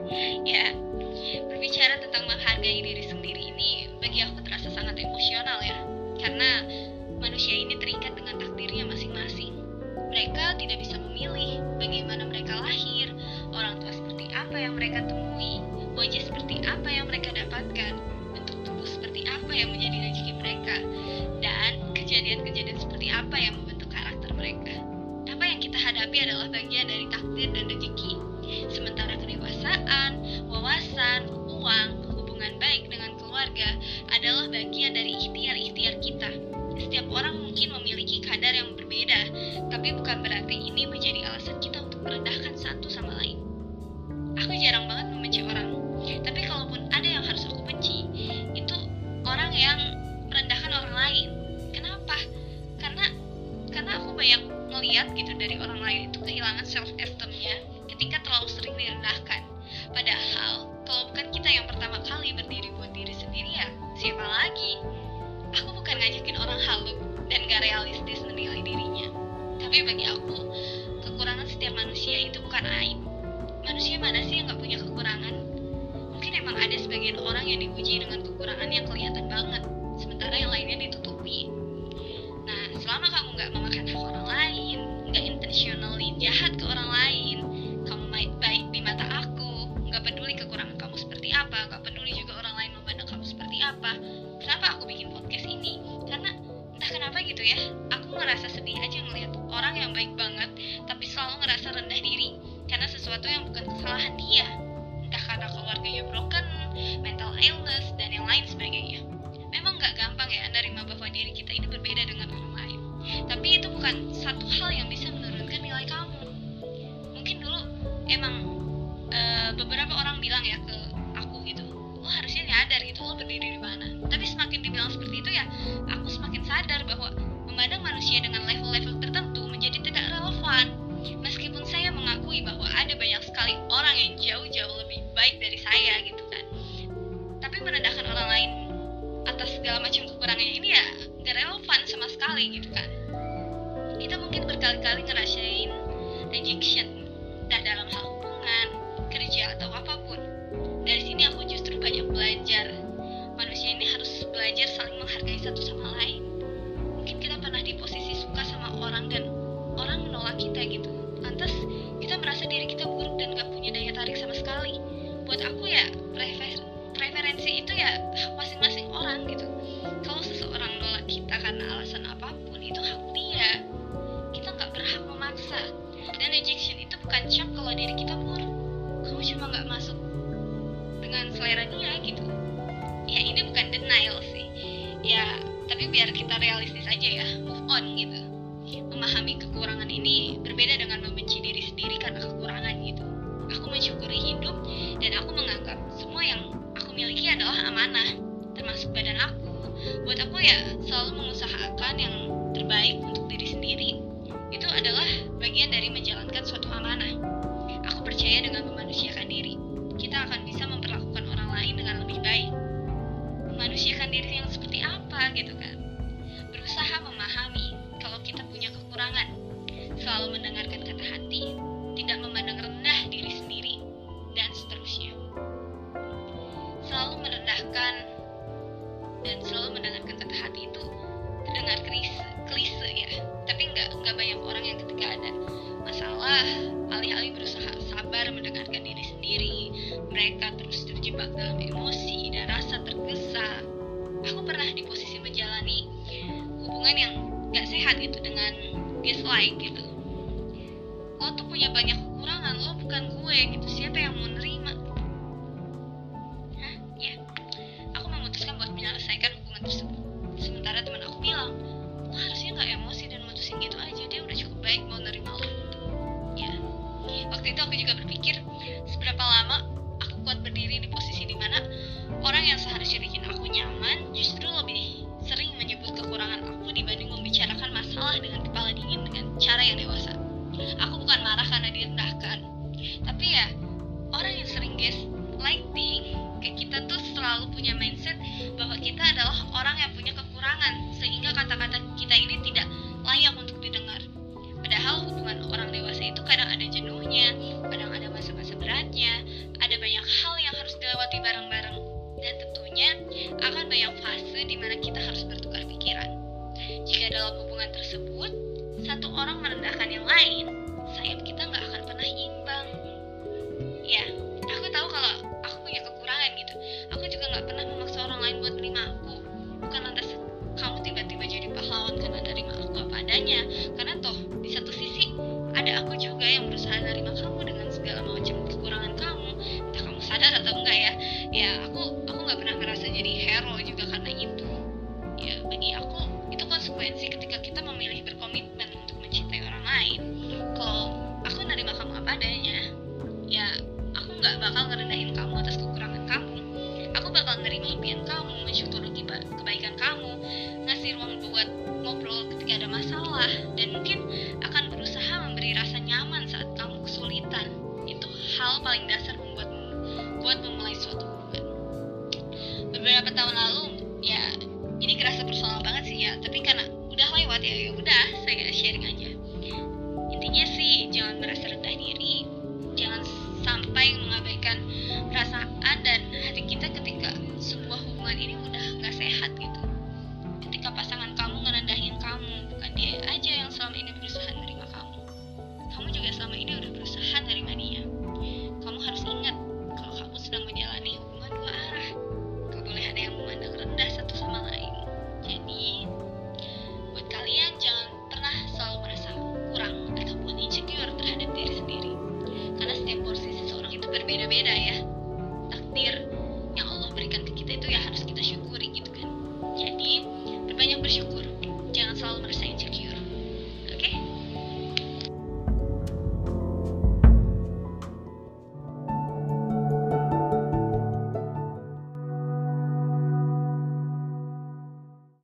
Ya, berbicara tentang menghargai diri sendiri ini bagi aku terasa sangat emosional ya. Karena manusia ini terikat dengan takdirnya masing-masing. Mereka tidak bisa memilih bagaimana mereka lahir, orang tua seperti apa yang mereka temui, wajah seperti apa yang mereka dapatkan, bentuk tubuh seperti apa yang menjadi rezeki mereka, dan kejadian-kejadian seperti apa yang membentuk karakter mereka. Apa yang kita hadapi adalah bagian dari takdir dan rezeki. Sementara kedewasaan, wawasan, uang, hubungan baik dengan keluarga adalah bagian dari ikhtiar-ikhtiar kita. Setiap orang mungkin memiliki kadar yang berbeda, tapi bukan berarti ini menjadi alasan kita untuk merendahkan satu sama lain. Aku jarang banget membenci orang, tapi kalaupun ada yang harus aku benci, itu orang yang merendahkan orang lain. Kenapa? Karena aku banyak ngeliat gitu dari orang lain itu kehilangan self-esteem-nya ketika terlalu sering direndahkan. Padahal kalau bukan kita yang pertama kali berdiri buat diri sendiri, ya siapa lagi? Aku bukan ngajakin orang halu dan gak realistis menilai dirinya. Tapi bagi aku, kekurangan setiap manusia itu bukan aib. Manusia mana sih yang gak punya kekurangan? Mungkin emang ada sebagian orang yang dipuji dengan kekurangan yang kelihatan banget, sementara yang lainnya ditutupi. Nah, selama kamu gak memakan hak orang lain, gak intentionally jahat ke orang lain, kamu baik di mata aku, gak peduli kekurangan kamu seperti apa, gak peduli juga orang lain memandang kamu seperti apa. Kenapa aku bikin podcast ini? Karena entah kenapa gitu ya, aku ngerasa sedih aja ngeliat orang yang baik banget tapi selalu ngerasa rendah diri karena sesuatu yang bukan kesalahan dia, entah karena keluarganya broken, mental illness, dan yang lain sebagainya. Memang gak gampang ya nerima bahwa diri kita ini berbeda dengan orang lain, tapi itu bukan satu hal yang bisa menurunkan nilai kamu. Mungkin dulu emang beberapa orang bilang ya ke aku gitu, lo harusnya nyadar gitu lo berdiri di mana. Tapi semakin dibilang seperti itu ya, aku semakin sadar bahwa memandang manusia dengan level-level tertentu menjadi tidak relevan. Meskipun saya mengakui bahwa ada banyak sekali orang yang jauh-jauh lebih baik dari saya gitu kan, tapi merendahkan orang lain atas segala macam kekurangannya ini ya gak relevan sama sekali gitu kan. Kita mungkin berkali-kali ngerasain rejection, entah dalam hal hubungan, kerja, atau apapun. Dari sini aku justru banyak belajar. Manusia ini harus belajar saling menghargai satu sama lain. Mungkin kita pernah di posisi suka sama orang dan orang menolak kita gitu. Lantas kita merasa diri kita buruk dan gak punya daya tarik sama sekali. Buat aku ya preferensi itu ya hak masing-masing orang gitu. Kalau seseorang nolak kita karena alasan apapun, itu hak dia. Kita gak berhak memaksa. Dan rejection itu bukan cap kalau diri kita buruk. Kamu cuma gak masuk dengan selera dia gitu. Ya ini bukan denial sih. Ya tapi biar kita realistis aja ya, move on gitu. Memahami kekurangan ini berbeda dengan membenci diri sendiri karena kekurangan gitu. Aku mensyukuri hidup dan aku menganggap semua yang aku miliki adalah amanah, termasuk badan aku. Buat aku ya selalu mengusahakan yang terbaik untuk diri sendiri. Itu adalah bagian dari menjalankan suatu amanah. Aku percaya dengan memanusiakan diri, kita akan bisa memperlakukan orang lain dengan lebih baik. Memanusiakan diri yang seperti apa gitu kan. Berusaha memahami kalau kita punya kekurangan, selalu mendengarkan kata hati, tidak memandang rendah diri sendiri, dan seterusnya. Selalu merendahkan dan selalu mendengarkan kata hati itu terdengar klise ya, tapi nggak banyak orang yang ketika ada masalah alih-alih berusaha sabar mendengarkan diri sendiri, mereka terus terjebak dalam emosi dan rasa tergesa. Aku pernah di posisi menjalani hubungan yang gak sehat gitu dengan dislike gitu. Lo tuh punya banyak kekurangan, lo bukan gue gitu, siapa yang mau nerima? Hah? Ya, aku memutuskan buat menyelesaikan hubungan tersebut. Sementara teman aku bilang, lo harusnya gak emosi dan mutusin gitu aja, dia udah cukup baik mau nerima lo gitu. Ya, waktu itu aku juga berpikir seberapa lama aku kuat berdiri di posisi dimana orang yang seharusnya bikin aku nyaman justru lebih sering menyebut kekurangan aku dibanding membicarakan masalah dengan kepala dingin dengan cara yang dewasa. Aku bukan marah karena direndahkan, tapi ya orang yang fase di mana kita harus bertukar pikiran. Jika dalam hubungan tersebut, satu orang merendahkan yang lain, sayap kita nggak akan pernah imbang. Ya, aku tahu kalau aku punya kekurangan gitu. Aku juga nggak pernah memaksa orang lain buat nerima aku. Bukan lantas kamu tiba-tiba jadi pahlawan karena nerima aku apa adanya. Karena toh di satu sisi ada aku juga yang berusaha nerima kamu dengan segala macam kekurangan kamu. Entah kamu sadar atau enggak ya. Ya aku nggak pernah ngerasa jadi hero juga karena itu. Ya bagi aku itu konsekuensi ketika kita memilih berkomitmen untuk mencintai orang lain. Kalau aku nerima kamu apa adanya, ya aku nggak bakal ngerendahin kamu atas kekurangan kamu. Aku bakal nerima impian kamu, mensyukuri kebaikan kamu, ngasih ruang buat ngobrol ketika ada masalah, dan mungkin akan berusaha memberi rasa nyaman saat kamu kesulitan. Itu hal paling dasar buat memulai suatu hubungan. Beberapa tahun lalu, ya ini kerasa personal banget sih ya, tapi karena udah lewat ya udah saya sharing aja.